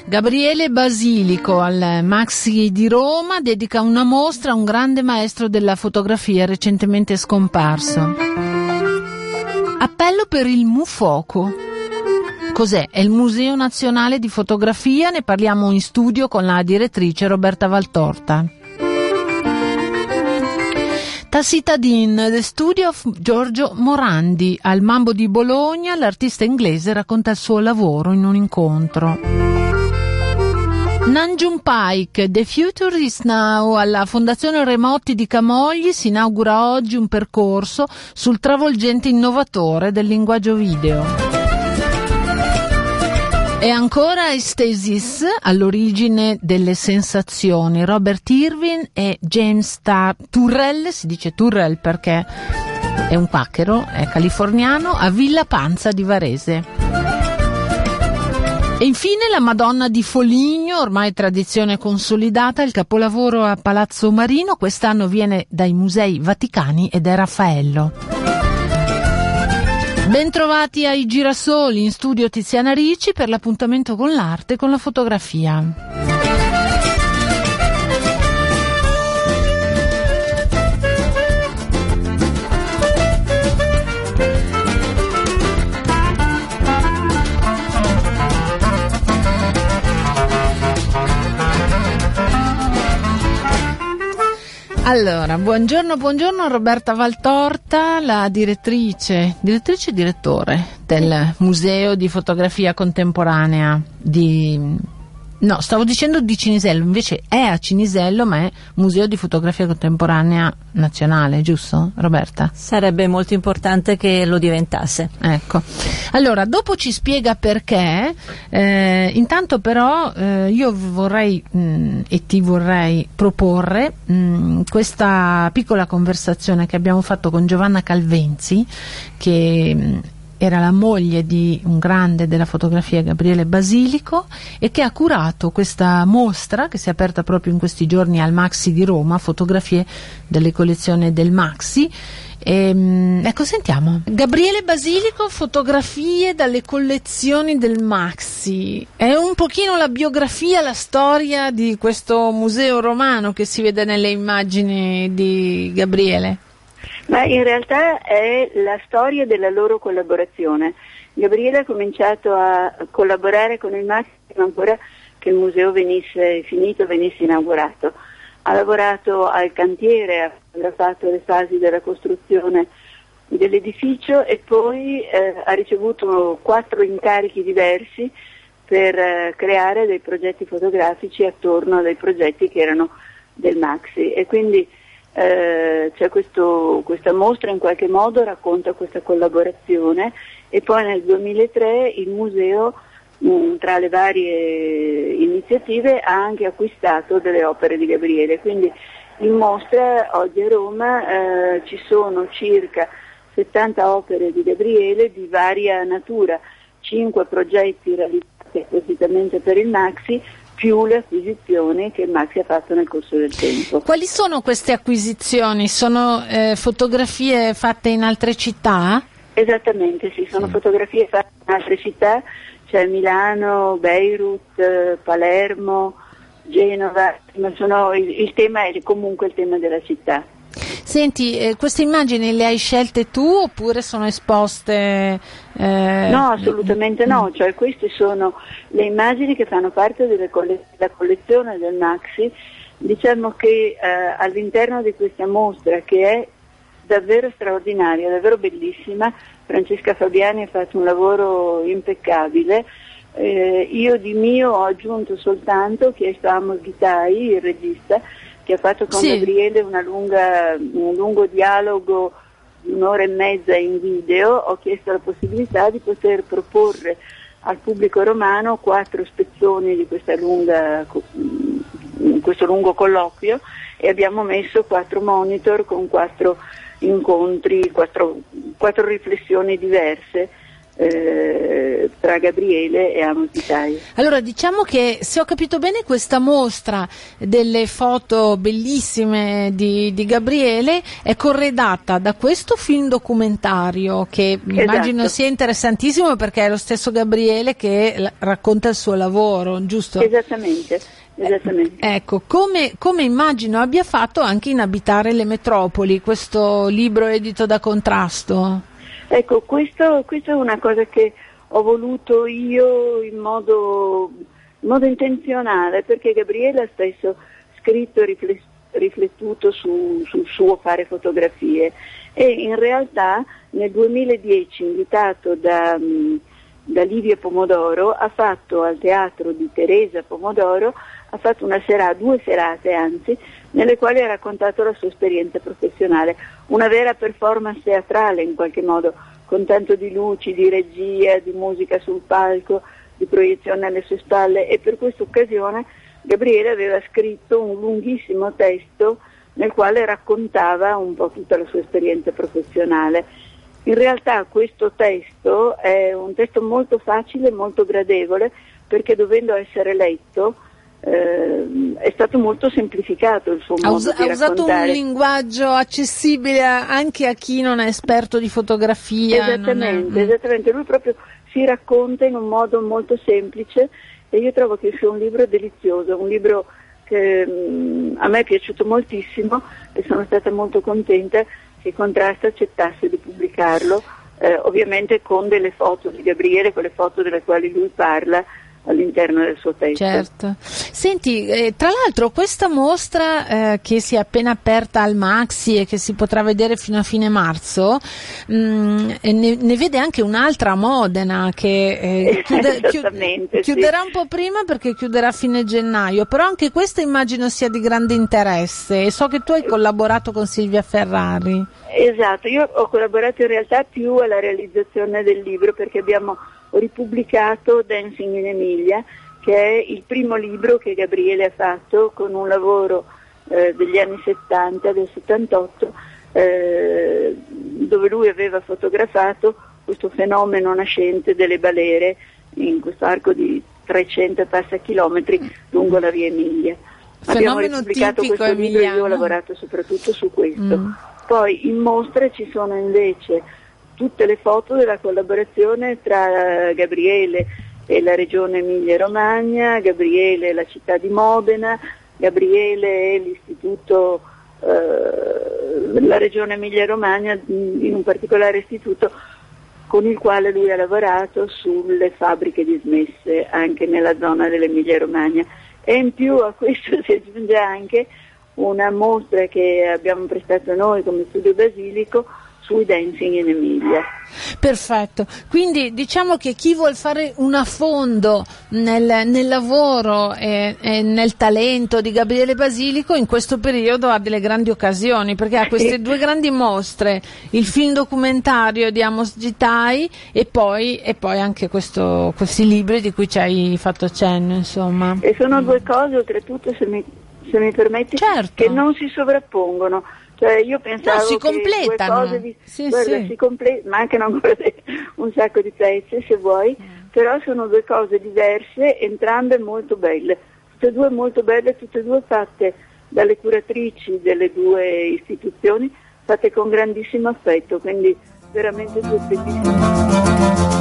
Gabriele Basilico al Maxi di Roma dedica una mostra a un grande maestro della fotografia recentemente scomparso. Appello per il Mufoco. Cos'è? È il Museo Nazionale di Fotografia, ne parliamo in studio con la direttrice Roberta Valtorta. Tassitadin, the studio of Giorgio Morandi. Al Mambo di Bologna l'artista inglese racconta il suo lavoro in un incontro. Nanjum Pike, The Future is Now. Alla Fondazione Remotti di Camogli si inaugura oggi un percorso sul travolgente innovatore del linguaggio video. E ancora Estasis, all'origine delle sensazioni. Robert Irwin e James Turrell, si dice Turrell perché è un quacchero, è californiano, a Villa Panza di Varese. E infine la Madonna di Foligno, ormai tradizione consolidata, il capolavoro a Palazzo Marino, quest'anno viene dai Musei Vaticani ed è Raffaello. Bentrovati ai Girasoli, in studio Tiziana Ricci per l'appuntamento con l'arte e con la fotografia. Allora, buongiorno Roberta Valtorta, la direttrice e direttore del Museo di Fotografia Contemporanea stavo dicendo di Cinisello, invece è a Cinisello, ma è Museo di Fotografia Contemporanea Nazionale, giusto Roberta? Sarebbe molto importante che lo diventasse. Ecco, allora dopo ci spiega perché, intanto però io vorrei e ti vorrei proporre questa piccola conversazione che abbiamo fatto con Giovanna Calvenzi, che era la moglie di un grande della fotografia, Gabriele Basilico, e che ha curato questa mostra che si è aperta proprio in questi giorni al Maxi di Roma, fotografie delle collezioni del Maxi. Ecco, sentiamo. Gabriele Basilico, fotografie dalle collezioni del Maxi. È un pochino la biografia, la storia di questo museo romano che si vede nelle immagini di Gabriele. Ma in realtà è la storia della loro collaborazione. Gabriele ha cominciato a collaborare con il Maxi prima ancora che il museo venisse finito, venisse inaugurato. Ha lavorato al cantiere, ha fotografato le fasi della costruzione dell'edificio e poi ha ricevuto 4 incarichi diversi per creare dei progetti fotografici attorno a dei progetti che erano del Maxi, e quindi c'è questa mostra, in qualche modo racconta questa collaborazione, e poi nel 2003 il museo, tra le varie iniziative, ha anche acquistato delle opere di Gabriele, quindi in mostra oggi a Roma ci sono circa 70 opere di Gabriele di varia natura, 5 progetti realizzati appositamente per il Maxi, più le acquisizioni che il Maxi ha fatto nel corso del tempo. Quali sono queste acquisizioni? Sono fotografie fatte in altre città? Esattamente, sì, sono fotografie fatte in altre città, c'è Milano, Beirut, Palermo, Genova, ma il tema è comunque il tema della città. Senti, queste immagini le hai scelte tu oppure sono esposte? No, assolutamente no, cioè queste sono le immagini che fanno parte della collezione del Maxi. Diciamo che all'interno di questa mostra, che è davvero straordinaria, davvero bellissima, Francesca Fabiani ha fatto un lavoro impeccabile. Io di mio ho aggiunto soltanto, chiesto a Amos Ghitai, il regista, che ha fatto con Gabriele un lungo dialogo di 1 ora e mezza in video, ho chiesto la possibilità di poter proporre al pubblico romano 4 spezzoni di questo lungo colloquio, e abbiamo messo 4 monitor con 4 incontri, 4 riflessioni diverse tra Gabriele e Amos di Taio. Allora, diciamo che, se ho capito bene, questa mostra delle foto bellissime di Gabriele è corredata da questo film documentario che immagino sia interessantissimo, perché è lo stesso Gabriele che racconta il suo lavoro, giusto? Esattamente. Ecco, come immagino abbia fatto anche in Abitare le metropoli, questo libro edito da Contrasto. Ecco, questo è una cosa che ho voluto io in modo intenzionale, perché Gabriele ha spesso scritto e riflettuto sul suo fare fotografie, e in realtà nel 2010, invitato da Livia Pomodoro, ha fatto al teatro di Teresa Pomodoro, ha fatto due serate anzi, nelle quali ha raccontato la sua esperienza professionale, una vera performance teatrale in qualche modo, con tanto di luci, di regia, di musica sul palco, di proiezione alle sue spalle, e per questa occasione Gabriele aveva scritto un lunghissimo testo nel quale raccontava un po' tutta la sua esperienza professionale. In realtà questo testo è un testo molto facile, molto gradevole, perché dovendo essere letto è stato molto semplificato il suo modo di raccontare. Ha usato un linguaggio accessibile anche a chi non è esperto di fotografia. Esattamente, lui proprio si racconta in un modo molto semplice, e io trovo che sia un libro delizioso, un libro che a me è piaciuto moltissimo, e sono stata molto contenta che Contrasto accettasse di pubblicarlo, ovviamente con delle foto di Gabriele, con le foto delle quali lui parla all'interno del suo testo. Certo. Senti, tra l'altro questa mostra che si è appena aperta al Maxi e che si potrà vedere fino a fine marzo, ne vede anche un'altra a Modena che chiuderà un po' prima, perché chiuderà a fine gennaio, però anche questa immagino sia di grande interesse, e so che tu hai collaborato con Silvia Ferrari. Esatto, io ho collaborato in realtà più alla realizzazione del libro, perché abbiamo ripubblicato Dancing in Emilia, che è il primo libro che Gabriele ha fatto con un lavoro degli anni 70, del 78, dove lui aveva fotografato questo fenomeno nascente delle balere in questo arco di 300 e passa chilometri lungo la via Emilia. Abbiamo ripubblicato questo libro, io ho lavorato soprattutto su questo. Poi in mostra ci sono invece tutte le foto della collaborazione tra Gabriele e la regione Emilia-Romagna, Gabriele e la città di Modena, Gabriele e l'istituto, la regione Emilia-Romagna, in un particolare istituto con il quale lui ha lavorato sulle fabbriche dismesse anche nella zona dell'Emilia-Romagna. E in più a questo si aggiunge anche una mostra che abbiamo prestato noi come Studio Basilico sui Dancing in Emilia. Perfetto, quindi diciamo che chi vuol fare un affondo nel lavoro e nel talento di Gabriele Basilico in questo periodo ha delle grandi occasioni, perché ha queste due grandi mostre, il film documentario di Amos Gitai e poi anche questi libri di cui ci hai fatto cenno, insomma. E sono due cose, oltretutto, se mi permetti, certo, che non si sovrappongono. Cioè io pensavo si completano, che si completano, mancano ancora un sacco di pezzi se vuoi, però sono due cose diverse, entrambe molto belle, tutte e due molto belle, tutte e due fatte dalle curatrici delle due istituzioni, fatte con grandissimo affetto, quindi veramente due bellissime.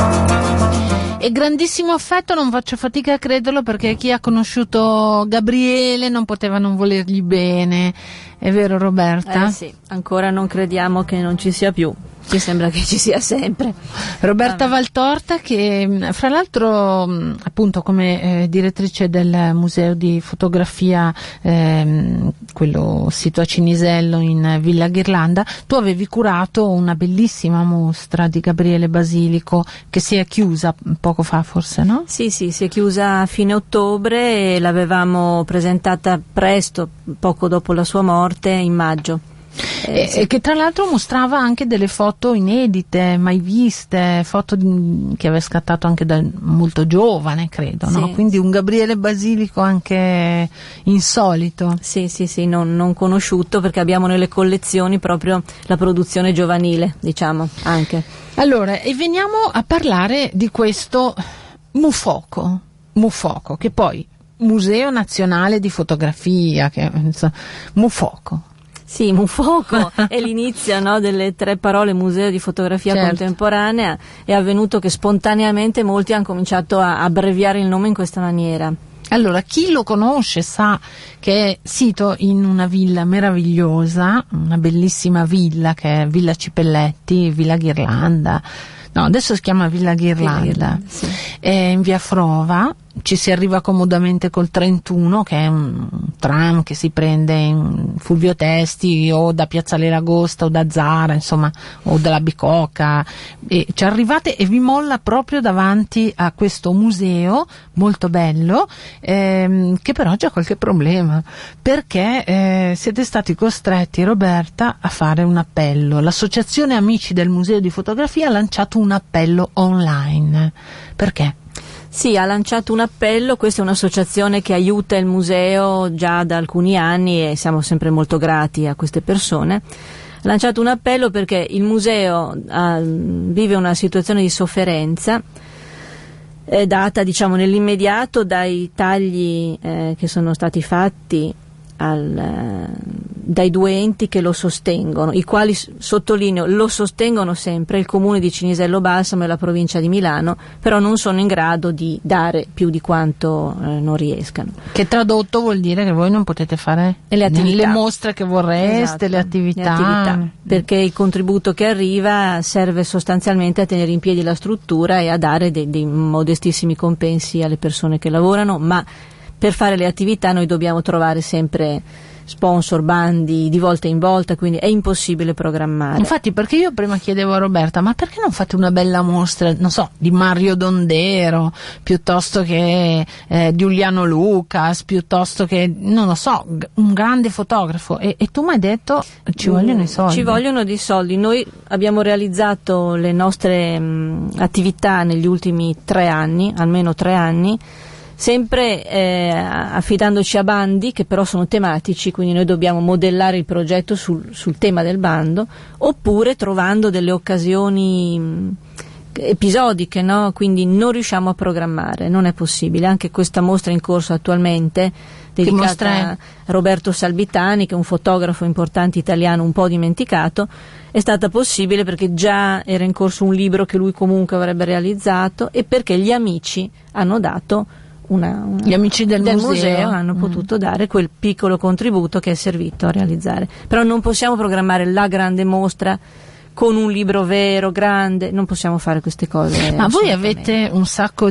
E grandissimo affetto, non faccio fatica a crederlo, perché chi ha conosciuto Gabriele non poteva non volergli bene, è vero Roberta? Sì, ancora non crediamo che non ci sia più. Ci sembra che ci sia sempre. Roberta Valtorta, che fra l'altro appunto come direttrice del museo di fotografia, quello sito a Cinisello in Villa Ghirlanda, tu avevi curato una bellissima mostra di Gabriele Basilico che si è chiusa poco fa, forse, no? Sì, si è chiusa a fine ottobre e l'avevamo presentata presto, poco dopo la sua morte, in maggio. E che tra l'altro mostrava anche delle foto inedite, mai viste, foto che aveva scattato anche da molto giovane, credo, no? Quindi un Gabriele Basilico anche insolito. Sì, non conosciuto, perché abbiamo nelle collezioni proprio la produzione giovanile, diciamo, anche. Allora, e veniamo a parlare di questo Mufoco, che poi Museo Nazionale di Fotografia, Mufoco. Sì, Mufoco è l'inizio, no, delle 3 parole Museo di Fotografia Contemporanea. È avvenuto che spontaneamente molti hanno cominciato a abbreviare il nome in questa maniera. Allora, chi lo conosce sa che è sito in una villa meravigliosa, una bellissima villa che è Villa Cipelletti, Villa Ghirlanda. No, adesso si chiama Villa Ghirlanda. Sì. È in via Frova, ci si arriva comodamente col 31, che è un tram che si prende in Fulvio Testi o da Piazzale L'Agosta o da Zara, insomma, o dalla Bicocca, e ci arrivate e vi molla proprio davanti a questo museo molto bello, che però ha già qualche problema, perché siete stati costretti, Roberta, a fare un appello. L'Associazione Amici del Museo di Fotografia ha lanciato un appello online. Perché? Sì, ha lanciato un appello. Questa è un'associazione che aiuta il museo già da alcuni anni e siamo sempre molto grati a queste persone. Ha lanciato un appello perché il museo vive una situazione di sofferenza data, diciamo, nell'immediato dai tagli che sono stati fatti dai 2 enti che lo sostengono, i quali, sottolineo, lo sostengono sempre, il comune di Cinisello Balsamo e la provincia di Milano, però non sono in grado di dare più di quanto non riescano. Che tradotto vuol dire che voi non potete fare le mostre che vorreste, esatto, le attività, perché il contributo che arriva serve sostanzialmente a tenere in piedi la struttura e a dare dei modestissimi compensi alle persone che lavorano, ma per fare le attività noi dobbiamo trovare sempre sponsor, bandi di volta in volta, quindi è impossibile programmare. Infatti, perché io prima chiedevo a Roberta, ma perché non fate una bella mostra, non so, di Mario Dondero, piuttosto che di Giuliano Lucas, piuttosto che, non lo so, un grande fotografo, e tu mi hai detto ci vogliono i soldi. Ci vogliono dei soldi. Noi abbiamo realizzato le nostre attività negli ultimi 3 anni, almeno 3 anni, sempre affidandoci a bandi che però sono tematici, quindi noi dobbiamo modellare il progetto sul tema del bando, oppure trovando delle occasioni episodiche, no? Quindi non riusciamo a programmare, non è possibile. Anche questa mostra in corso attualmente, dedicata a Roberto Salbitani, che è un fotografo importante italiano un po' dimenticato, è stata possibile perché già era in corso un libro che lui comunque avrebbe realizzato e perché gli amici hanno dato gli amici del museo hanno potuto dare quel piccolo contributo che è servito a realizzare. Però non possiamo programmare la grande mostra con un libro vero, grande, non possiamo fare queste cose. Ma voi avete un sacco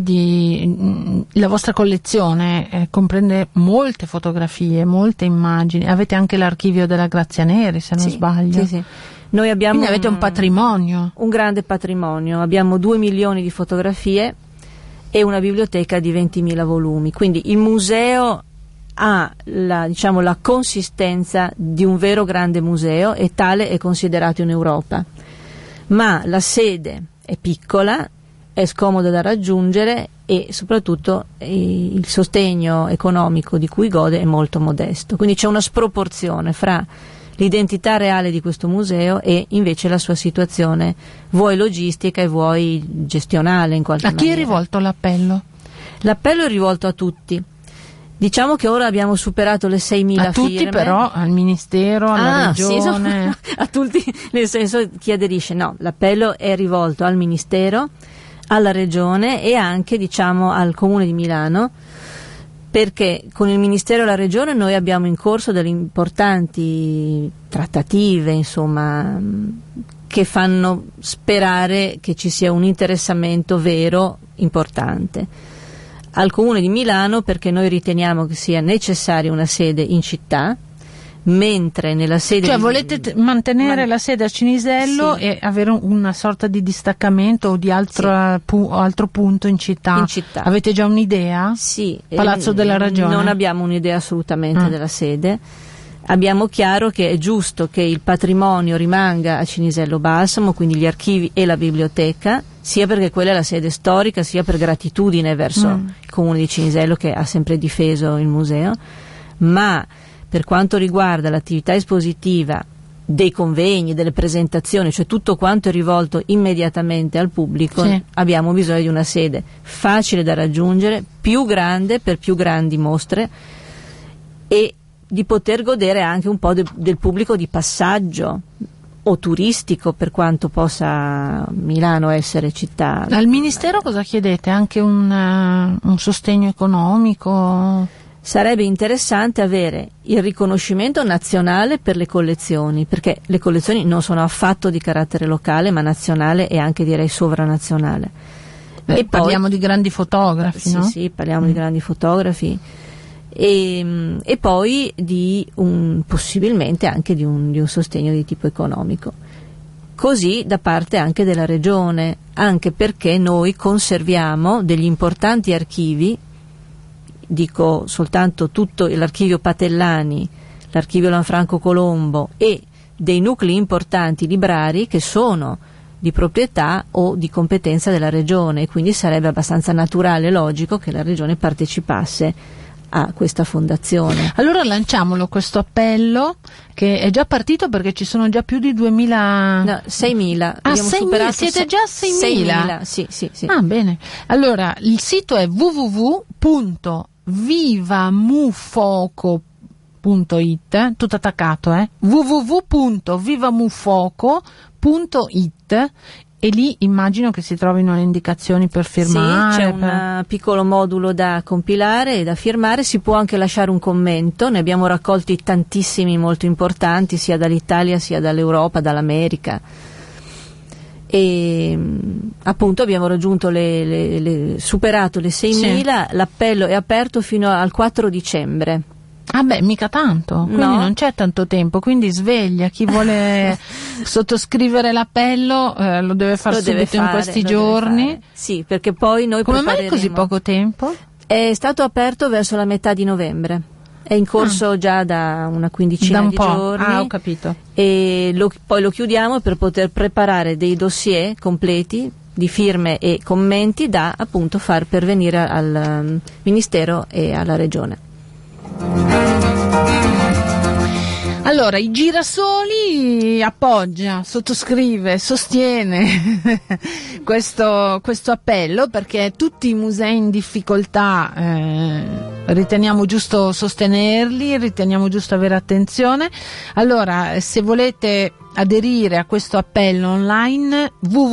la vostra collezione comprende molte fotografie, molte immagini, avete anche l'archivio della Grazia Neri, se non sbaglio. Sì. Noi abbiamo quindi avete un patrimonio. Un grande patrimonio, abbiamo 2 milioni di fotografie e una biblioteca di 20.000 volumi, quindi il museo ha la consistenza di un vero grande museo e tale è considerato in Europa, ma la sede è piccola, è scomoda da raggiungere e soprattutto il sostegno economico di cui gode è molto modesto, quindi c'è una sproporzione fra l'identità reale di questo museo e invece la sua situazione vuoi logistica e vuoi gestionale in qualche maniera. A chi è rivolto l'appello? L'appello è rivolto a tutti. Diciamo che ora abbiamo superato le 6.000 firme. A tutti però, al Ministero, alla Regione? Sì, a tutti, nel senso chi aderisce. No, l'appello è rivolto al Ministero, alla Regione e anche, diciamo, al Comune di Milano, perché con il Ministero e la Regione noi abbiamo in corso delle importanti trattative, insomma, che fanno sperare che ci sia un interessamento vero, importante. Al Comune di Milano perché noi riteniamo che sia necessaria una sede in città, mentre nella sede volete mantenere la sede a Cinisello e avere una sorta di distaccamento o di altro punto in città. Avete già un'idea? Sì. Palazzo della Ragione? Non abbiamo un'idea assolutamente della sede. abbiamo chiaro che è giusto che il patrimonio rimanga a Cinisello Balsamo, quindi gli archivi e la biblioteca, sia perché quella è la sede storica, sia per gratitudine verso il comune di Cinisello che ha sempre difeso il museo, ma per quanto riguarda l'attività espositiva, dei convegni, delle presentazioni, cioè tutto quanto è rivolto immediatamente al pubblico, sì, abbiamo bisogno di una sede facile da raggiungere, più grande per più grandi mostre, e di poter godere anche un po' del pubblico di passaggio o turistico, per quanto possa Milano essere città. Al Ministero cosa chiedete? Anche un sostegno economico? Sarebbe interessante avere il riconoscimento nazionale per le collezioni, perché le collezioni non sono affatto di carattere locale, ma nazionale e anche direi sovranazionale. E parliamo poi di grandi fotografi, no? Sì, parliamo di grandi fotografi. E poi possibilmente anche di un sostegno di tipo economico, così da parte anche della regione, anche perché noi conserviamo degli importanti archivi, dico soltanto tutto l'archivio Patellani, l'archivio Lanfranco Colombo e dei nuclei importanti librari che sono di proprietà o di competenza della regione, e quindi sarebbe abbastanza naturale e logico che la regione partecipasse a questa fondazione. Allora lanciamolo questo appello, che è già partito perché ci sono già più di 2000, no, 6.000. Ah, 6.000, siete già a 6.000? Sì. Ah, bene. Allora, il sito è www.vivamufoco.it, tutto attaccato, www.vivamufoco.it, e lì immagino che si trovino le indicazioni per firmare. Sì, c'è un piccolo modulo da compilare e da firmare, si può anche lasciare un commento, ne abbiamo raccolti tantissimi molto importanti sia dall'Italia sia dall'Europa, dall'America, e appunto abbiamo raggiunto superato le 6.000, sì. L'appello è aperto fino al 4 dicembre. Ah beh, mica tanto, quindi no, non c'è tanto tempo, quindi sveglia, chi vuole sottoscrivere l'appello lo deve fare subito in questi giorni. Sì, perché poi noi come mai così poco tempo? È stato aperto verso la metà di novembre, è in corso già da una quindicina di giorni. Ah, ho capito. E poi lo chiudiamo per poter preparare dei dossier completi di firme e commenti da appunto far pervenire al Ministero e alla Regione. Allora, i Girasoli appoggia, sottoscrive, sostiene questo appello, perché tutti i musei in difficoltà riteniamo giusto sostenerli, riteniamo giusto avere attenzione. Allora, se volete aderire a questo appello online,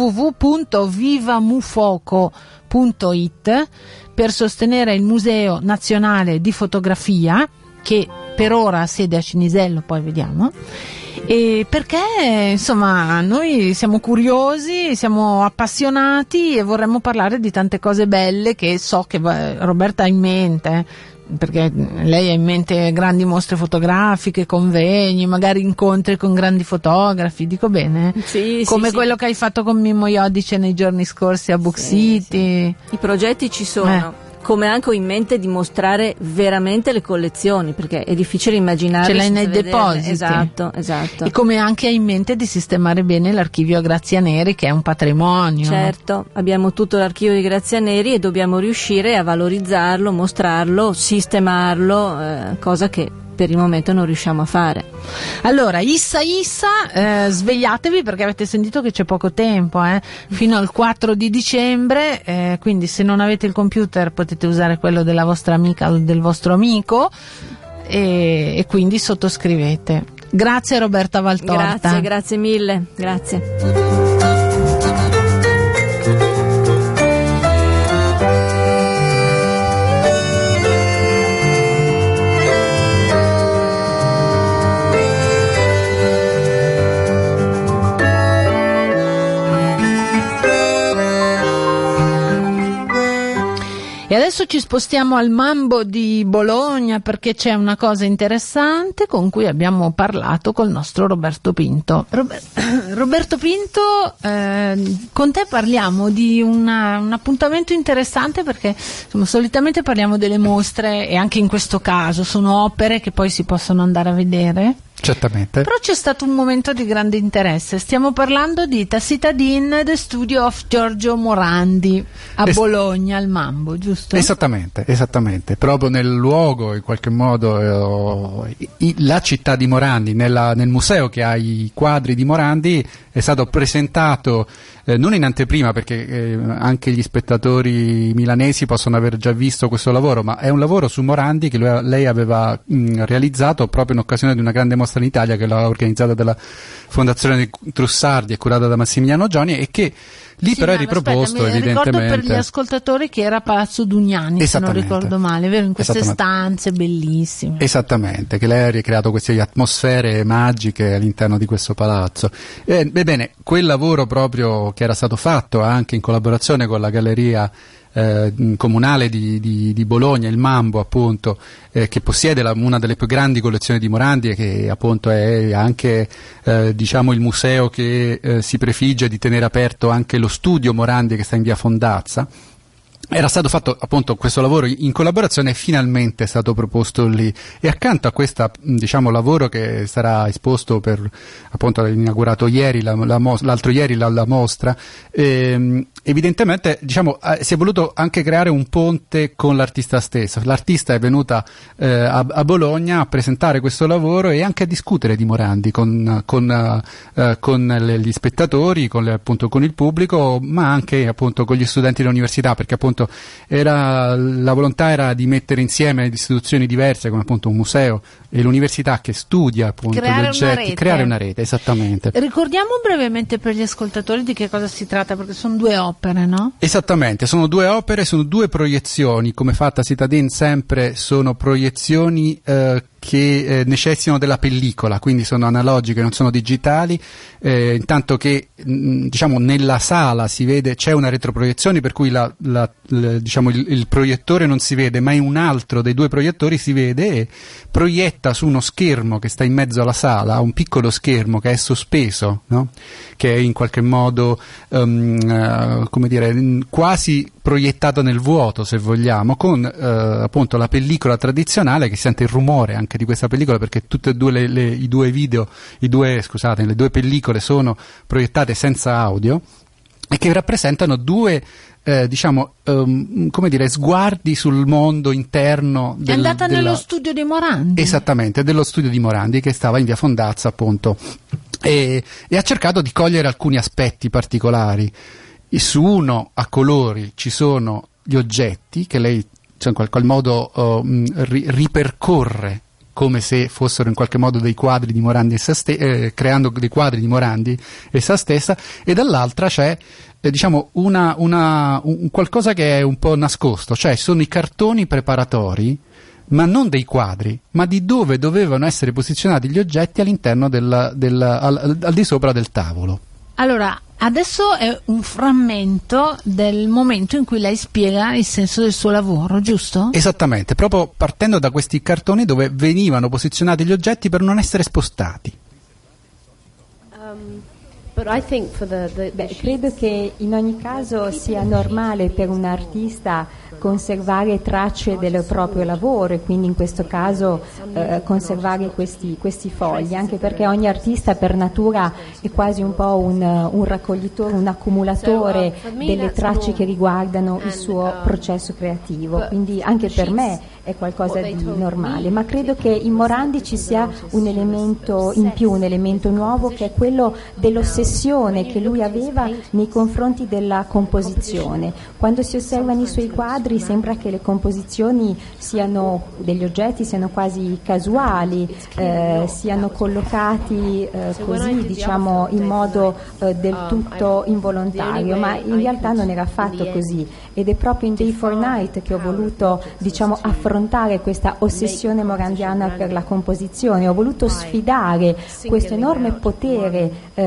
www.vivamufoco.it, per sostenere il Museo Nazionale di Fotografia, che per ora ha sede a Cinisello, poi vediamo, e perché insomma noi siamo curiosi, siamo appassionati e vorremmo parlare di tante cose belle che so che Roberta ha in mente, perché lei ha in mente grandi mostre fotografiche, convegni, magari incontri con grandi fotografi, dico bene? Sì, come sì, quello che hai fatto con Mimmo Iodice nei giorni scorsi a Book City. Sì. I progetti ci sono. Come anche ho in mente di mostrare veramente le collezioni, perché è difficile immaginare. Ce l'hai nei depositi. Esatto. E come anche hai in mente di sistemare bene l'archivio Grazianeri, che è un patrimonio. Certo, abbiamo tutto l'archivio di Grazianeri e dobbiamo riuscire a valorizzarlo, mostrarlo, sistemarlo, cosa che per il momento non riusciamo a fare. Allora, Issa, svegliatevi, perché avete sentito che c'è poco tempo, fino al 4 di dicembre, quindi se non avete il computer potete usare quello della vostra amica o del vostro amico, e quindi sottoscrivete. Grazie Roberta Valtorta. Grazie mille, grazie. E E adesso ci spostiamo al Mambo di Bologna, perché c'è una cosa interessante con cui abbiamo parlato col nostro Roberto Pinto. Roberto Pinto, con te parliamo di un appuntamento interessante, perché insomma, solitamente parliamo delle mostre e anche in questo caso sono opere che poi si possono andare a vedere. Certamente. Però c'è stato un momento di grande interesse. Stiamo parlando di Tacitadin, The Studio of Giorgio Morandi a Bologna, al Mambo, giusto? Esattamente. Proprio nel luogo, in qualche modo, la città di Morandi, nel museo che ha i quadri di Morandi, è stato presentato non in anteprima, perché anche gli spettatori milanesi possono aver già visto questo lavoro, ma è un lavoro su Morandi che lei aveva realizzato proprio in occasione di una grande mostra in Italia che l'ha organizzata dalla Fondazione di Trussardi e curata da Massimiliano Gioni, e che lì però è riproposto. Aspetta, evidentemente. Ricordo per gli ascoltatori che era Palazzo Dugnani, se non ricordo male, vero? In queste stanze bellissime. Esattamente, che lei ha ricreato queste atmosfere magiche all'interno di questo palazzo. Ebbene, quel lavoro proprio che era stato fatto anche in collaborazione con la Galleria comunale di Bologna, il Mambo appunto, che possiede una delle più grandi collezioni di Morandi e che appunto è anche diciamo il museo che si prefigge di tenere aperto anche lo studio Morandi che sta in via Fondazza. Era stato fatto appunto questo lavoro in collaborazione e finalmente è stato proposto lì, e accanto a questo diciamo lavoro che sarà esposto appunto inaugurato ieri l'altro ieri la mostra, evidentemente diciamo si è voluto anche creare un ponte con l'artista stessa. L'artista è venuta a Bologna a presentare questo lavoro e anche a discutere di Morandi con gli spettatori, appunto con il pubblico, ma anche appunto con gli studenti dell'università, perché appunto la volontà era di mettere insieme istituzioni diverse come appunto un museo e l'università che studia appunto gli oggetti, creare una rete, esattamente. Ricordiamo brevemente per gli ascoltatori di che cosa si tratta, perché sono due opere, no? Esattamente, sono due opere, sono due proiezioni, come fatta Citadin sempre sono proiezioni che necessitano della pellicola, quindi sono analogiche, non sono digitali, intanto che diciamo nella sala si vede, c'è una retroproiezione per cui diciamo il proiettore non si vede, ma in un altro dei due proiettori si vede e proietta su uno schermo che sta in mezzo alla sala, un piccolo schermo che è sospeso, no? Che è in qualche modo come dire, quasi proiettato nel vuoto, se vogliamo, con appunto la pellicola tradizionale, che sente il rumore anche di questa pellicola, perché tutte e due le due pellicole sono proiettate senza audio e che rappresentano due come dire, sguardi sul mondo interno è andata nello studio di Morandi. Esattamente, dello studio di Morandi che stava in via Fondazza appunto, e ha cercato di cogliere alcuni aspetti particolari. Su uno a colori ci sono gli oggetti che lei in qualche modo ripercorre come se fossero in qualche modo dei quadri di Morandi creando dei quadri di Morandi essa stessa, e dall'altra c'è diciamo un qualcosa che è un po' nascosto, cioè sono i cartoni preparatori, ma non dei quadri, ma di dove dovevano essere posizionati gli oggetti all'interno al di sopra del tavolo. Allora, adesso è un frammento del momento in cui lei spiega il senso del suo lavoro, giusto? Esattamente, proprio partendo da questi cartoni dove venivano posizionati gli oggetti per non essere spostati. Credo che in ogni caso sia normale per un artista conservare tracce del proprio lavoro, e quindi in questo caso conservare questi fogli, anche perché ogni artista per natura è quasi un po' un raccoglitore, un accumulatore delle tracce che riguardano il suo processo creativo, quindi anche per me è qualcosa di normale, ma credo che in Morandi ci sia un elemento in più, un elemento nuovo, che è quello dell'ossessione che lui aveva nei confronti della composizione. Quando si osservano i suoi quadri sembra che le composizioni siano degli oggetti, siano quasi casuali, siano collocati così, diciamo, in modo del tutto involontario, ma in realtà non era affatto così, ed è proprio in Day for Night che ho voluto, diciamo, affrontare questa ossessione morandiana per la composizione. Ho voluto sfidare questo enorme potere degli oggetti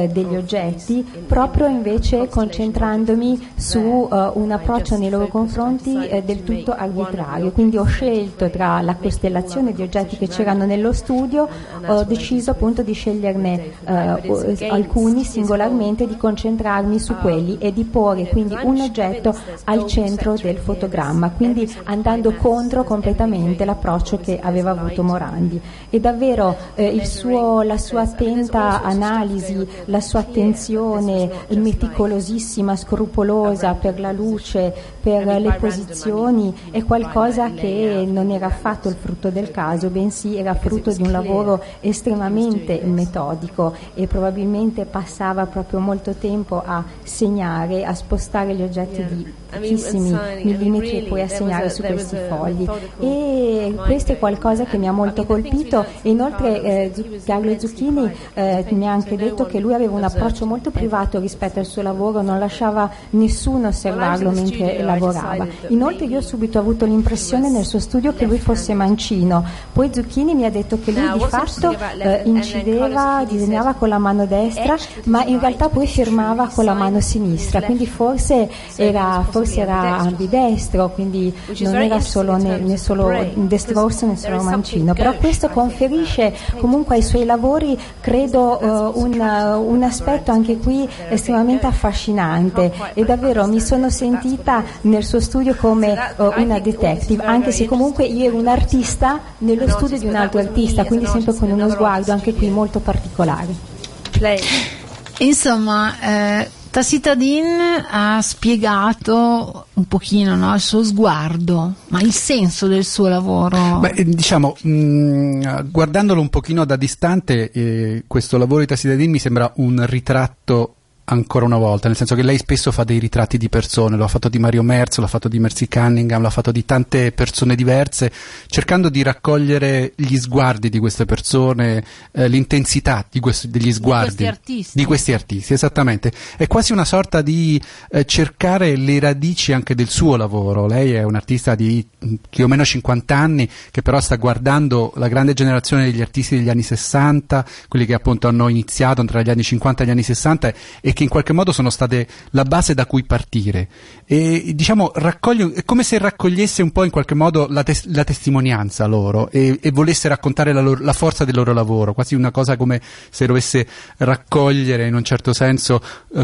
oggetti, proprio invece concentrandomi su un approccio nei loro confronti del tutto arbitrario. Quindi ho scelto tra la costellazione di oggetti che c'erano nello studio, ho deciso appunto di sceglierne alcuni singolarmente, di concentrarmi su quelli e di porre quindi un oggetto al centro del fotogramma, quindi andando contro completamente l'approccio che aveva avuto Morandi. E davvero la sua attenta analisi, la sua attenzione meticolosissima, scrupolosa per la luce, per le posizioni, è qualcosa che non era affatto il frutto del caso, bensì era frutto di un lavoro estremamente metodico, e probabilmente passava proprio molto tempo a segnare, a spostare gli oggetti di pochissimi millimetri e poi a segnare su questi fogli. E questo è qualcosa che mi ha molto colpito. E inoltre Carlo Zucchini mi ha anche detto che lui aveva un approccio molto privato rispetto al suo lavoro, non lasciava nessuno osservarlo mentre lavorava. Inoltre io ho subito avuto l'impressione nel suo studio che lui fosse mancino, poi Zucchini mi ha detto che lui di fatto incideva, disegnava con la mano destra, ma in realtà poi firmava con la mano sinistra, quindi forse era ambidestro, quindi non era solo né solo destrorso né solo mancino. Però questo conferisce comunque ai suoi lavori, credo, un aspetto anche qui estremamente affascinante, e davvero mi sono sentita nel suo studio come una detective, anche se comunque io ero un artista nello studio di un altro artista, quindi sempre con uno sguardo anche qui molto particolare. Insomma, Tacitadin ha spiegato un pochino, no, il suo sguardo, ma il senso del suo lavoro. Beh, diciamo, guardandolo un pochino da distante, questo lavoro di Tacitadin mi sembra un ritratto ancora una volta, nel senso che lei spesso fa dei ritratti di persone, lo ha fatto di Mario Merz, l'ha fatto di Mercy Cunningham, l'ha fatto di tante persone diverse, cercando di raccogliere gli sguardi di queste persone, l'intensità degli sguardi di questi artisti, esattamente. È quasi una sorta di cercare le radici anche del suo lavoro. Lei è un'artista di più o meno 50 anni, che però sta guardando la grande generazione degli artisti degli anni 60, quelli che appunto hanno iniziato tra gli anni 50 e gli anni 60 e che in qualche modo sono state la base da cui partire, e diciamo è come se raccogliesse un po' in qualche modo la testimonianza loro e volesse raccontare la forza del loro lavoro, quasi una cosa come se dovesse raccogliere in un certo senso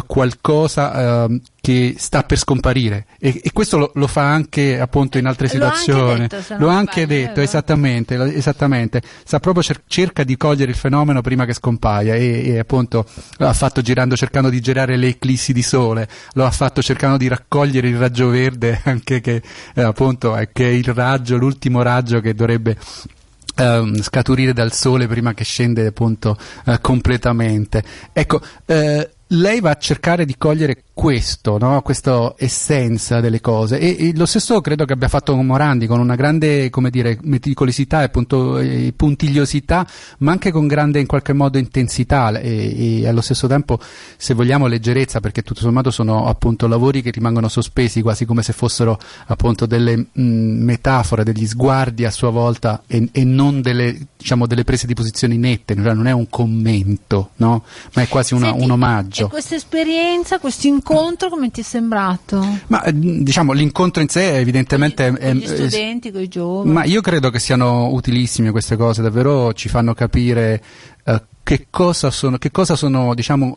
qualcosa che sta per scomparire, e questo lo fa anche appunto in altre situazioni. L'ho anche detto, esattamente. Sta proprio cerca di cogliere il fenomeno prima che scompaia, e appunto lo ha fatto cercando di girare le eclissi di sole, lo ha fatto cercando di raccogliere il raggio verde, anche che appunto è che il raggio, l'ultimo raggio che dovrebbe scaturire dal sole prima che scende appunto completamente. Ecco, lei va a cercare di cogliere questo, no? Questa essenza delle cose, e lo stesso credo che abbia fatto con Morandi, con una grande, come dire, meticolosità e puntigliosità, ma anche con grande in qualche modo intensità e allo stesso tempo, se vogliamo, leggerezza, perché tutto sommato sono appunto lavori che rimangono sospesi, quasi come se fossero appunto delle metafore, degli sguardi a sua volta, e non delle prese di posizioni nette, cioè non è un commento, no? Ma è quasi un omaggio. E questa esperienza, questo incontro, come ti è sembrato? Ma diciamo, l'incontro in sé evidentemente con gli studenti, con i giovani. Ma io credo che siano utilissime queste cose, davvero ci fanno capire che cosa sono, diciamo,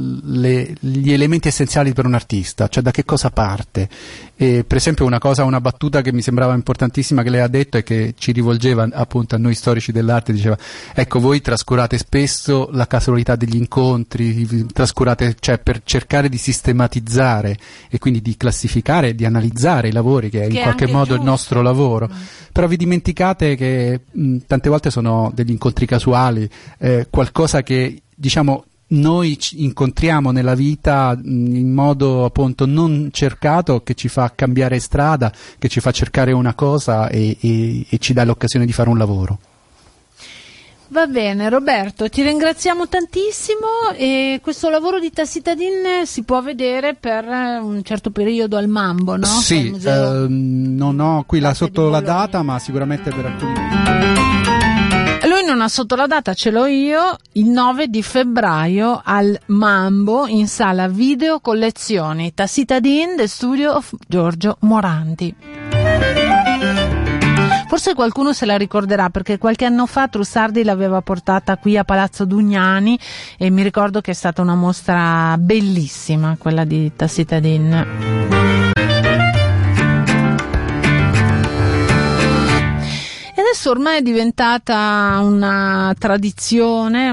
gli elementi essenziali per un artista, cioè da che cosa parte. E per esempio una battuta che mi sembrava importantissima che lei ha detto, e che ci rivolgeva appunto a noi storici dell'arte, diceva: ecco, voi trascurate spesso la casualità degli incontri, cioè per cercare di sistematizzare e quindi di classificare e di analizzare i lavori, che è in qualche modo giusto. Il nostro lavoro, però vi dimenticate che tante volte sono degli incontri casuali, qualcosa che, diciamo, noi incontriamo nella vita in modo appunto non cercato, che ci fa cambiare strada, che ci fa cercare una cosa e ci dà l'occasione di fare un lavoro. Va bene, Roberto, ti ringraziamo tantissimo, e questo lavoro di Tacitadin si può vedere per un certo periodo al Mambo, no? Sì, non ho qui sotto la data, ma sicuramente per alcuni mesi. Lui non Tornano sotto la data, ce l'ho io, il 9 di febbraio al Mambo in sala Video Collezioni Tassitadin del studio of Giorgio Morandi. Forse qualcuno se la ricorderà perché qualche anno fa Trussardi l'aveva portata qui a Palazzo Dugnani e mi ricordo che è stata una mostra bellissima quella di Tassitadin. Adesso ormai è diventata una tradizione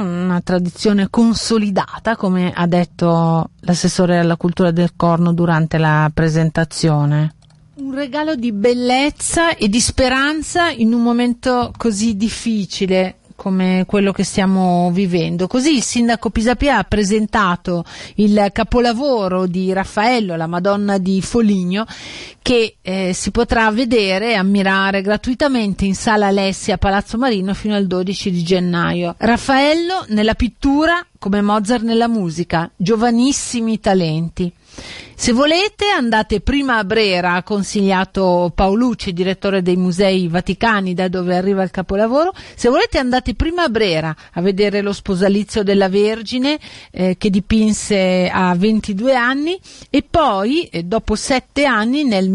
consolidata, come ha detto l'assessore alla cultura del Corno durante la presentazione. Un regalo di bellezza e di speranza in un momento così difficile come quello che stiamo vivendo. Così il sindaco Pisapia ha presentato il capolavoro di Raffaello, la Madonna di Foligno, che si potrà vedere e ammirare gratuitamente in Sala Alessi a Palazzo Marino fino al 12 di gennaio. Raffaello nella pittura come Mozart nella musica, giovanissimi talenti. Se volete andate prima a Brera, ha consigliato Paolucci, direttore dei Musei Vaticani, da dove arriva il capolavoro. Se volete andate prima a Brera a vedere lo sposalizio della Vergine che dipinse a 22 anni e poi dopo 7 anni nel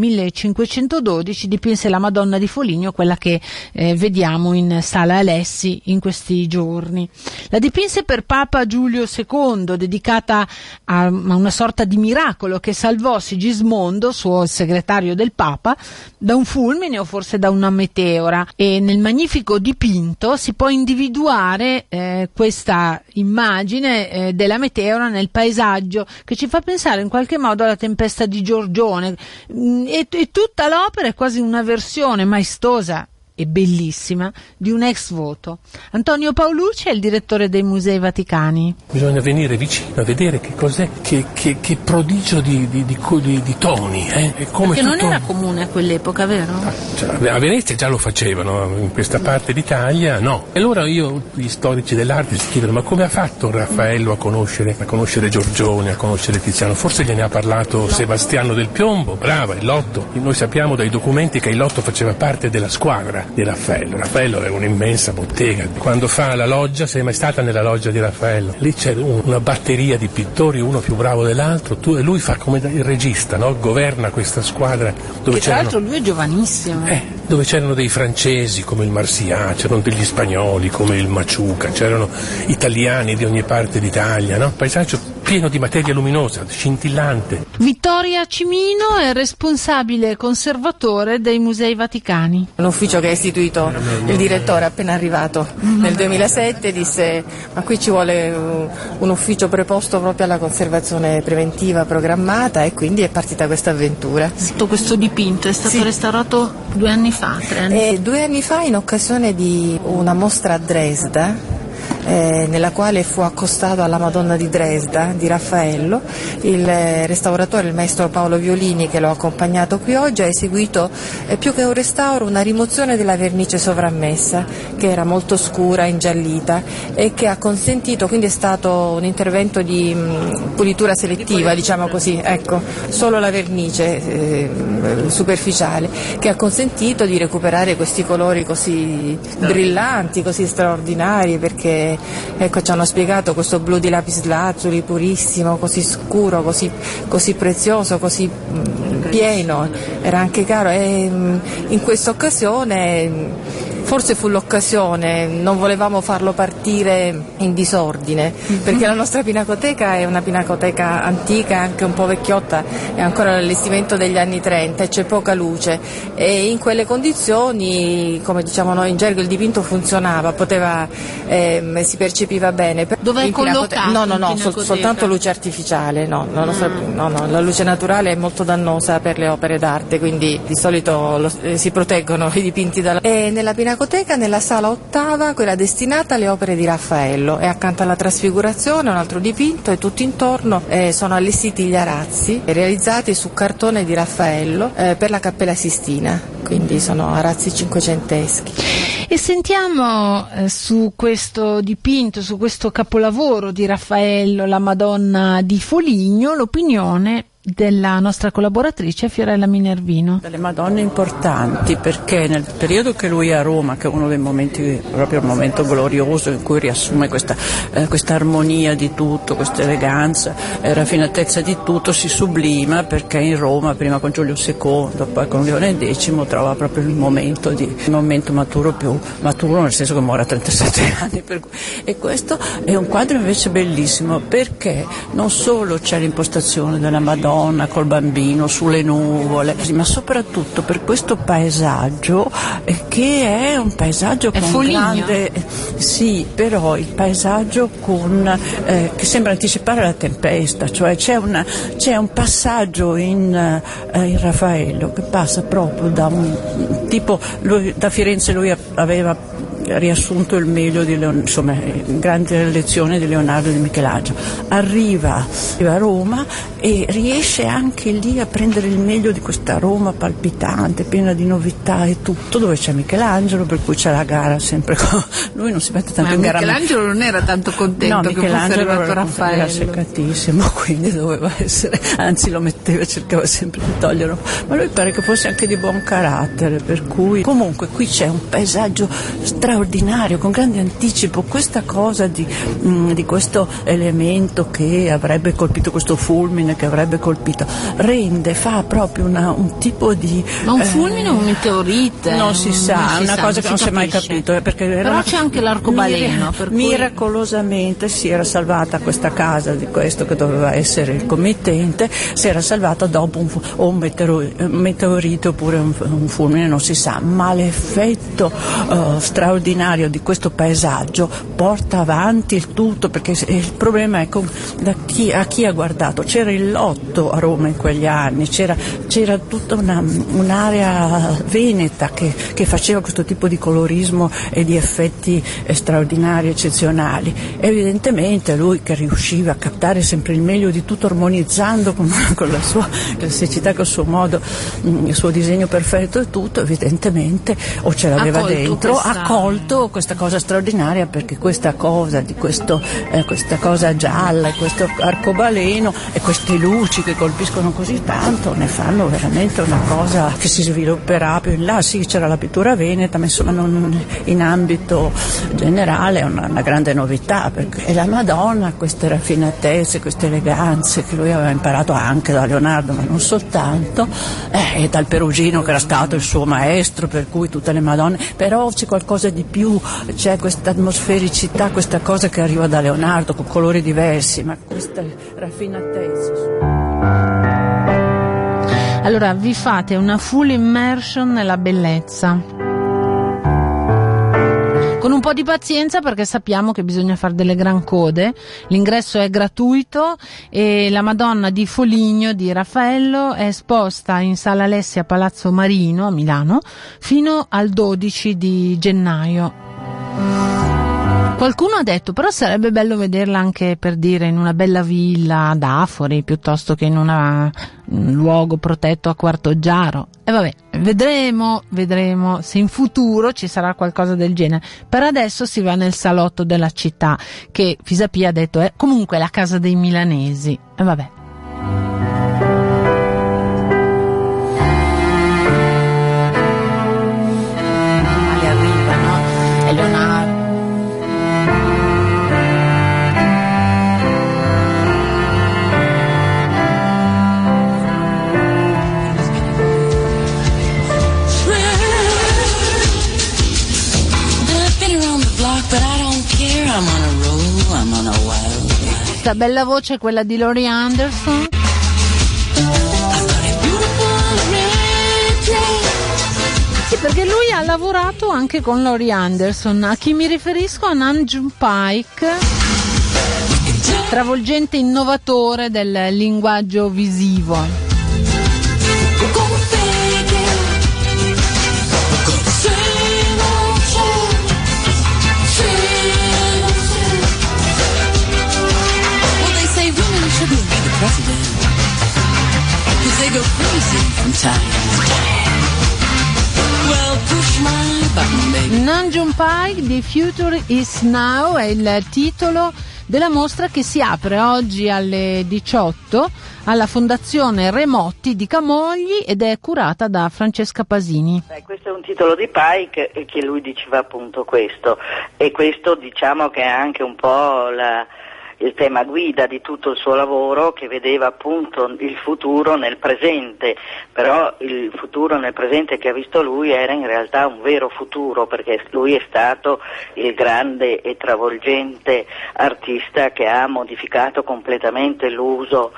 1512 dipinse la Madonna di Foligno, quella che vediamo in Sala Alessi in questi giorni. La dipinse per Papa Giulio II, dedicata a una sorta di miracolo che salvò Sigismondo, suo segretario del Papa, da un fulmine o forse da una meteora, e nel magnifico dipinto si può individuare questa immagine della meteora nel paesaggio, che ci fa pensare in qualche modo alla tempesta di Giorgione, e tutta l'opera è quasi una versione maestosa e bellissima di un ex voto. Antonio Paolucci è il direttore dei Musei Vaticani. Bisogna venire vicino a vedere che cos'è, che prodigio di toni. Perché tutto... non era comune a quell'epoca, vero? Cioè, a Venezia già lo facevano, in questa parte d'Italia no. E allora gli storici dell'arte si chiedono: ma come ha fatto Raffaello a conoscere Giorgione, a conoscere Tiziano? Forse gliene ha parlato Sebastiano del Piombo, brava, il Lotto. Noi sappiamo dai documenti che il Lotto faceva parte della squadra di Raffaello. Raffaello è un'immensa bottega. Quando fa la loggia, sei mai stata nella loggia di Raffaello? Lì c'è una batteria di pittori, uno più bravo dell'altro, e lui fa come il regista, no? Governa questa squadra. Dove tra l'altro lui è giovanissimo. Dove c'erano dei francesi come il Marsià, c'erano degli spagnoli come il Maciuca, c'erano italiani di ogni parte d'Italia, no? Paesaggio pieno di materia luminosa, scintillante. Vittoria Cimino è responsabile conservatore dei Musei Vaticani. Un ufficio che ha istituito il direttore appena arrivato nel 2007, disse: ma qui ci vuole un ufficio preposto proprio alla conservazione preventiva programmata, e quindi è partita questa avventura. Tutto questo dipinto è stato restaurato 2 anni fa, 3 anni? 2 anni fa in occasione di una mostra a Dresda, nella quale fu accostato alla Madonna di Dresda di Raffaello. Il restauratore, il maestro Paolo Violini, che l'ho accompagnato qui oggi, ha eseguito più che un restauro una rimozione della vernice sovrammessa, che era molto scura, ingiallita, e che ha consentito, quindi è stato un intervento di pulitura selettiva, diciamo così, ecco, solo la vernice superficiale, che ha consentito di recuperare questi colori così brillanti, così straordinari, perché ecco, ci hanno spiegato questo blu di lapislazzuli purissimo, così scuro, così prezioso, così pieno, era anche caro, e in questa occasione forse fu l'occasione, non volevamo farlo partire in disordine, perché la nostra pinacoteca è una pinacoteca antica, anche un po' vecchiotta, è ancora l'allestimento degli anni 30 e c'è poca luce, e in quelle condizioni, come diciamo noi in gergo, il dipinto funzionava, si percepiva bene. Dove è collocato? No, soltanto luce artificiale, no, la luce naturale è molto dannosa per le opere d'arte, quindi di solito si proteggono i dipinti dalla... E nella pinacoteca, nella sala ottava, quella destinata alle opere di Raffaello, e accanto alla Trasfigurazione un altro dipinto, e tutto intorno sono allestiti gli arazzi realizzati su cartone di Raffaello per la Cappella Sistina, quindi sono arazzi cinquecenteschi. E sentiamo su questo dipinto, su questo capolavoro di Raffaello, la Madonna di Foligno, l'opinione della nostra collaboratrice Fiorella Minervino. Delle Madonne importanti, perché nel periodo che lui è a Roma, che è uno dei momenti, proprio un momento glorioso in cui riassume questa armonia di tutto, questa eleganza, raffinatezza di tutto, si sublima, perché in Roma, prima con Giulio II, poi con Leone X, trova proprio il momento maturo, più maturo, nel senso che muore a 37 anni. E questo è un quadro invece bellissimo, perché non solo c'è l'impostazione della Madonna col bambino sulle nuvole, ma soprattutto per questo paesaggio che è un paesaggio con Foligno. Grande, sì, però il paesaggio che sembra anticipare la tempesta, cioè c'è un passaggio in Raffaello che passa proprio da un tipo, da Firenze lui aveva riassunto il meglio di insomma, grandi lezioni di Leonardo e di Michelangelo. Arriva a Roma e riesce anche lì a prendere il meglio di questa Roma palpitante, piena di novità e tutto, dove c'è Michelangelo, per cui c'è la gara sempre con lui, non si mette tanto in gara. Michelangelo non era tanto contento che fosse arrivato Raffaello. Era seccatissimo, quindi doveva essere, anzi lo metteva, cercava sempre di toglierlo, ma lui pare che fosse anche di buon carattere, per cui comunque qui c'è un paesaggio straordinario, con grande anticipo, questa cosa di questo elemento che avrebbe colpito, questo fulmine che avrebbe colpito, fa proprio un tipo di... Ma un fulmine o un meteorite? Non si sa, è una cosa che non si è mai capito. Però c'è anche l'arcobaleno. Miracolosamente si era salvata questa casa di questo che doveva essere il committente, si era salvata dopo un meteorite oppure un fulmine, non si sa, ma l'effetto straordinario di questo paesaggio porta avanti il tutto, perché il problema è a chi ha guardato. C'era il lotto a Roma in quegli anni, c'era tutta un'area veneta che faceva questo tipo di colorismo e di effetti straordinari, eccezionali. Evidentemente lui, che riusciva a captare sempre il meglio di tutto, armonizzando con la sua classicità, col suo modo, il suo disegno perfetto e tutto, evidentemente o ce l'aveva dentro, ha colto questa cosa straordinaria, perché questa cosa di questa cosa gialla e questo arcobaleno e queste luci che colpiscono così tanto ne fanno veramente una cosa che si svilupperà più in là. Sì, c'era la pittura veneta, ma insomma non in ambito generale è una grande novità, e la Madonna, queste raffinatezze, queste eleganze che lui aveva imparato anche da Leonardo, ma non soltanto, e dal Perugino che era stato il suo maestro, per cui tutte le Madonne, però c'è qualcosa di più, c'è questa atmosfericità, questa cosa che arriva da Leonardo con colori diversi, ma queste raffinatezze. Allora vi fate una full immersion nella bellezza, con un po' di pazienza, perché sappiamo che bisogna fare delle gran code. L'ingresso è gratuito e la Madonna di Foligno di Raffaello è esposta in Sala Alessi a Palazzo Marino a Milano fino al 12 di gennaio. Qualcuno ha detto però sarebbe bello vederla anche, per dire, in una bella villa ad Afori piuttosto che in un luogo protetto a Quartoggiaro. E vabbè, vedremo se in futuro ci sarà qualcosa del genere. Per adesso si va nel salotto della città, che Pisapia ha detto è comunque la casa dei milanesi. E vabbè. Le arrivano e Leonardo. Questa bella voce è quella di Laurie Anderson. Sì, perché lui ha lavorato anche con Laurie Anderson. A chi mi riferisco? A Nam June Paik, travolgente innovatore del linguaggio visivo. Nam June Paik, The Future Is Now, è il titolo della mostra che si apre oggi alle 18 alla Fondazione Remotti di Camogli ed è curata da Francesca Pasini. Questo è un titolo di Pike e che lui diceva appunto questo, e questo diciamo che è anche un po' il tema guida di tutto il suo lavoro, che vedeva appunto il futuro nel presente, però il futuro nel presente che ha visto lui era in realtà un vero futuro, perché lui è stato il grande e travolgente artista che ha modificato completamente l'uso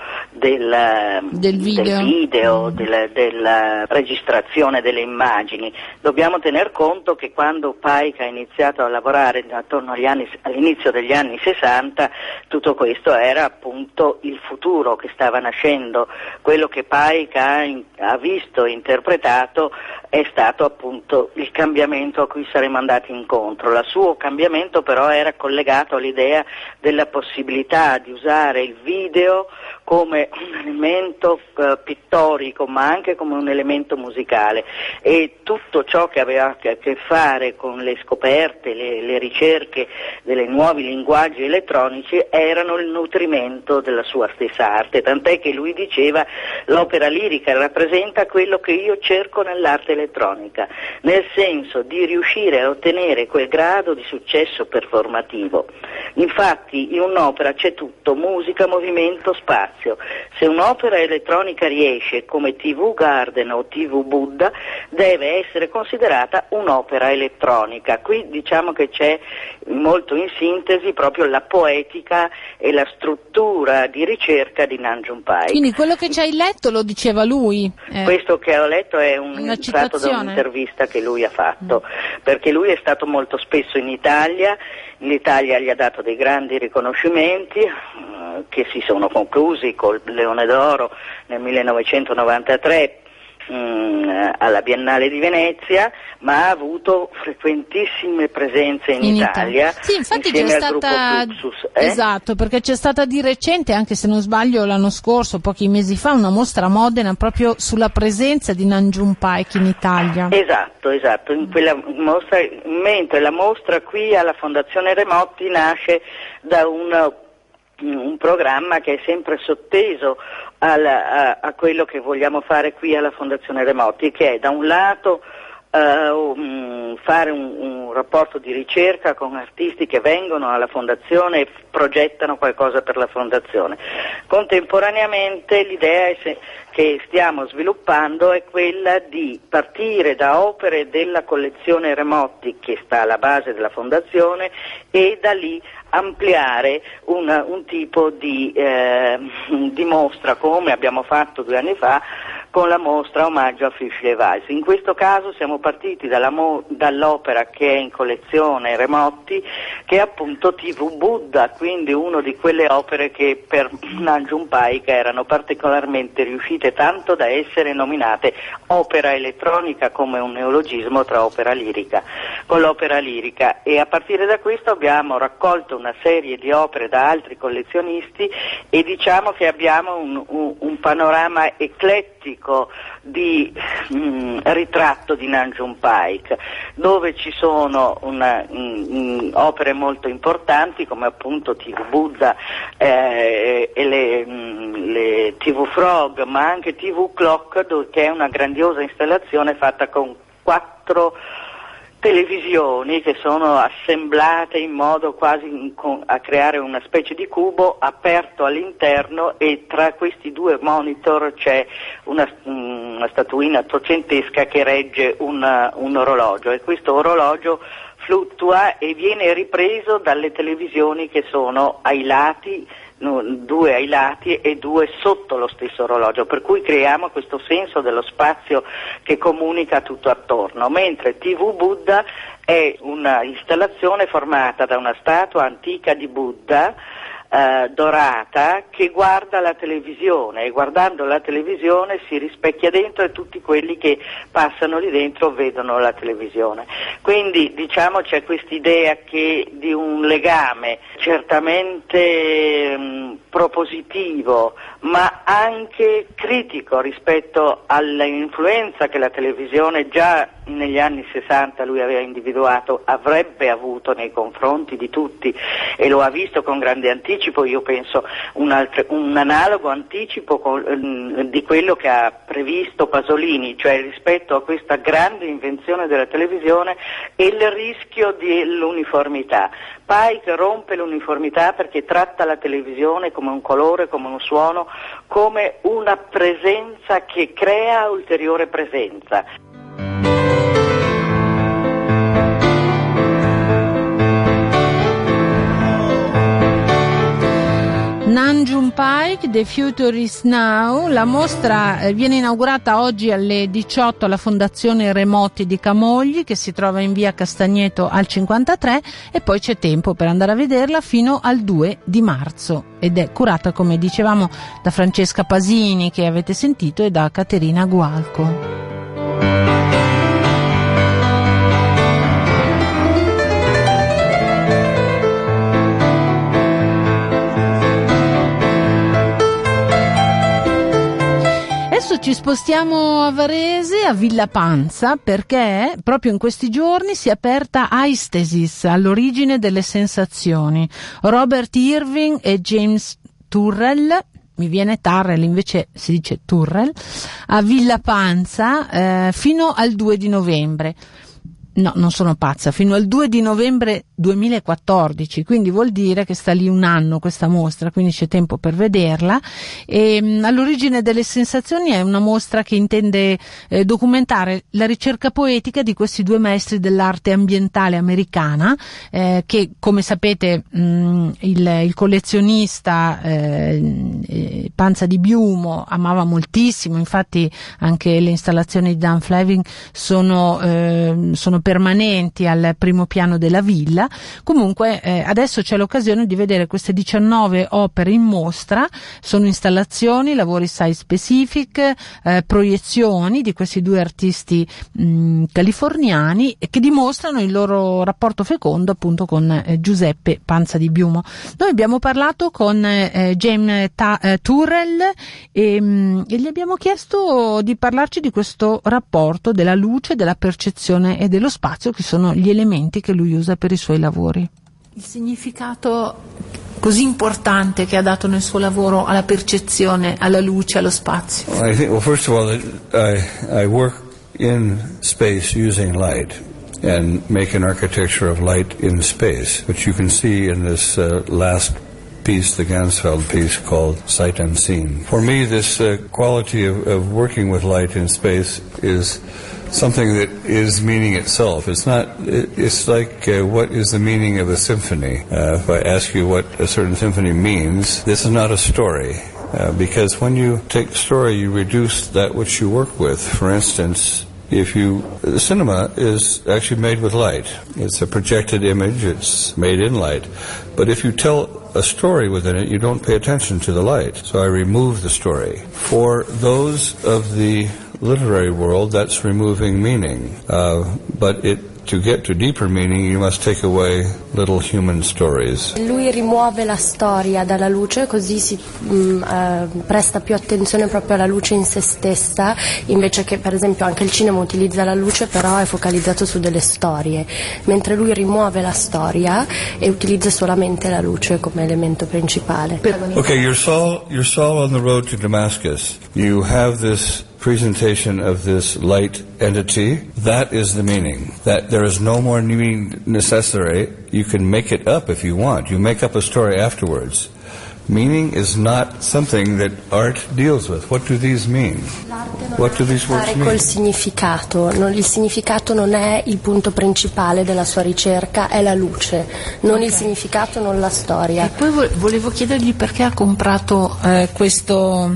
del video, della registrazione delle immagini. Dobbiamo tener conto che quando Pike ha iniziato a lavorare attorno all'inizio degli anni 60, tutto questo era appunto il futuro che stava nascendo. Quello che Pike ha visto e interpretato è stato appunto il cambiamento a cui saremmo andati incontro. Il suo cambiamento però era collegato all'idea della possibilità di usare il video come un elemento pittorico, ma anche come un elemento musicale, e tutto ciò che aveva a che fare con le scoperte, le ricerche dei nuovi linguaggi elettronici erano il nutrimento della sua stessa arte, tant'è che lui diceva: l'opera lirica rappresenta quello che io cerco nell'arte elettronica, nel senso di riuscire a ottenere quel grado di successo performativo. Infatti in un'opera c'è tutto: musica, movimento, spazio. Se un'opera elettronica riesce, come TV Garden o TV Buddha, deve essere considerata un'opera elettronica. Qui diciamo che c'è molto in sintesi proprio la poetica e la struttura di ricerca di Nam June Paik. Quindi quello che ci hai letto lo diceva lui? Questo che ho letto è tratto da un'intervista che lui ha fatto, perché lui è stato molto spesso in Italia. L'Italia gli ha dato dei grandi riconoscimenti che si sono conclusi col Leone d'Oro nel 1993 alla Biennale di Venezia, ma ha avuto frequentissime presenze in Italia. Sì, infatti c'è stata esatto, perché c'è stata di recente, anche se non sbaglio l'anno scorso, pochi mesi fa, una mostra a Modena proprio sulla presenza di Nam June Paik in Italia. Esatto, in quella mostra, mentre la mostra qui alla Fondazione Remotti nasce da un programma che è sempre sotteso a quello che vogliamo fare qui alla Fondazione Remotti, che è da un lato fare un rapporto di ricerca con artisti che vengono alla Fondazione e progettano qualcosa per la Fondazione. Contemporaneamente l'idea che stiamo sviluppando è quella di partire da opere della collezione Remotti che sta alla base della Fondazione e da lì ampliare un tipo di mostra, come abbiamo fatto 2 anni fa con la mostra Omaggio a Fischler Weiss. In questo caso siamo partiti dall'opera che è in collezione Remotti, che è appunto TV Buddha, quindi una di quelle opere che per Nam June Paik erano particolarmente riuscite, tanto da essere nominate opera elettronica, come un neologismo tra opera lirica con l'opera lirica, e a partire da questo abbiamo raccolto una serie di opere da altri collezionisti e diciamo che abbiamo un panorama eclettico di ritratto di Nam June Paik, dove ci sono opere molto importanti come appunto TV Buddha e le TV Frog, ma anche TV Clock, che è una grandiosa installazione fatta con 4 televisioni che sono assemblate in modo quasi a creare una specie di cubo aperto all'interno, e tra questi 2 monitor c'è una statuina ottocentesca che regge un orologio, e questo orologio fluttua e viene ripreso dalle televisioni che sono ai lati, 2 ai lati e 2 sotto lo stesso orologio, per cui creiamo questo senso dello spazio che comunica tutto attorno, mentre TV Buddha è una installazione formata da una statua antica di Buddha dorata che guarda la televisione, e guardando la televisione si rispecchia dentro e tutti quelli che passano lì dentro vedono la televisione. Quindi diciamo c'è quest'idea di un legame certamente propositivo, ma anche critico rispetto all'influenza che la televisione già negli anni 60 lui aveva individuato avrebbe avuto nei confronti di tutti, e lo ha visto con grande anticipo, io penso un analogo anticipo di quello che ha previsto Pasolini, cioè rispetto a questa grande invenzione della televisione e il rischio dell'uniformità. Pike rompe l'uniformità perché tratta la televisione come un colore, come un suono, come una presenza che crea ulteriore presenza. Nam June Paik, The Future is Now. La mostra viene inaugurata oggi alle 18 alla Fondazione Remoti di Camogli, che si trova in via Castagneto al 53, e poi c'è tempo per andare a vederla fino al 2 di marzo ed è curata, come dicevamo, da Francesca Pasini, che avete sentito, e da Caterina Gualco. Adesso ci spostiamo a Varese, a Villa Panza, perché proprio in questi giorni si è aperta Aistesis, all'origine delle sensazioni. Robert Irving e James Turrell, mi viene Turrell, invece si dice Turrell, a Villa Panza fino al 2 di novembre. No, non sono pazza, fino al 2 di novembre 2014, quindi vuol dire che sta lì un anno questa mostra, quindi c'è tempo per vederla. E all'origine delle sensazioni è una mostra che intende documentare la ricerca poetica di questi due maestri dell'arte ambientale americana, che, come sapete, il collezionista Panza di Biumo amava moltissimo, infatti anche le installazioni di Dan Fleming sono permanenti al primo piano della villa. Comunque adesso c'è l'occasione di vedere queste 19 opere in mostra. Sono installazioni, lavori site specific, proiezioni di questi due artisti californiani, che dimostrano il loro rapporto fecondo appunto con Giuseppe Panza di Biumo. Noi abbiamo parlato con James Turrell e gli abbiamo chiesto di parlarci di questo rapporto della luce, della percezione e dello spazio, che sono gli elementi che lui usa per i suoi lavori. Il significato così importante che ha dato nel suo lavoro alla percezione, alla luce, allo spazio. I think, well, first of all, I work in space using light and make an architecture of light in space, which you can see in this last piece, the Gansfeld piece called Sight Unseen. For me, this quality of working with light in space is something that is meaning itself. It's like what is the meaning of a symphony? If I ask you what a certain symphony means, this is not a story. Because when you take a story, you reduce that which you work with. For instance, the cinema is actually made with light. It's a projected image, it's made in light. But if you tell a story within it, you don't pay attention to the light. So I remove the story. For those of the literary world, that's removing meaning. But to get to deeper meaning, you must take away little human stories. Lui rimuove la storia dalla luce, così si presta più attenzione proprio alla luce in se stessa, invece che, per esempio, anche il cinema utilizza la luce, però è focalizzato su delle storie, mentre lui rimuove la storia e utilizza solamente la luce come elemento principale. Okay, you're Saul on the road to Damascus. You have this presentation of this light entity. That is the meaning. That there is no more meaning necessary. You can make it up if you want. You make up a story afterwards. Meaning is not something that art deals with. What do these mean? What do these words mean? Col significato. Il significato non è il punto principale della sua ricerca, è la luce. Non il significato, non la storia. E poi volevo chiedergli perché ha comprato questo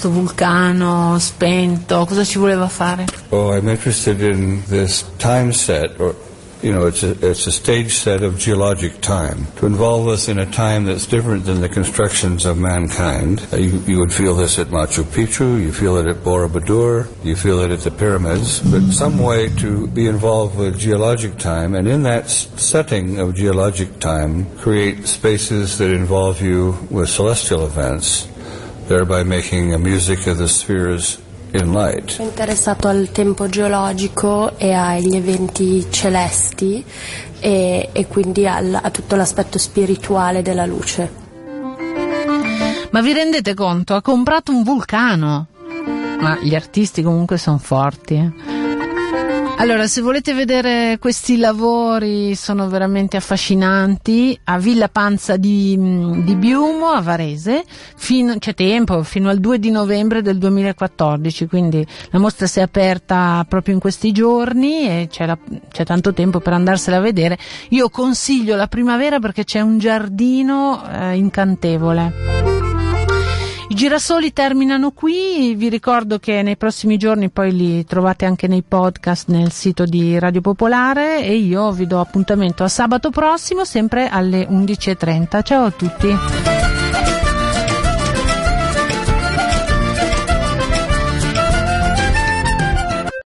vulcano spento, cosa ci voleva fare? Oh, I'm interested in this time set, or it's a stage set of geologic time to involve us in a time that's different than the constructions of mankind. You would feel this at Machu Picchu, you feel it at Borobudur, you feel it at the pyramids, but some way to be involved with geologic time, and in that setting of geologic time, create spaces that involve you with celestial events, thereby making a music of the spheres in light. È interessato al tempo geologico e agli eventi celesti e quindi a tutto l'aspetto spirituale della luce. Ma vi rendete conto? Ha comprato un vulcano. Ma gli artisti comunque sono forti. Allora, se volete vedere questi lavori, sono veramente affascinanti, a Villa Panza di Biumo, a Varese, c'è tempo, fino al 2 di novembre del 2014, quindi la mostra si è aperta proprio in questi giorni e c'è tanto tempo per andarsela a vedere. Io consiglio la primavera perché c'è un giardino incantevole. I girasoli terminano qui, vi ricordo che nei prossimi giorni poi li trovate anche nei podcast nel sito di Radio Popolare e io vi do appuntamento a sabato prossimo sempre alle 11:30. Ciao a tutti.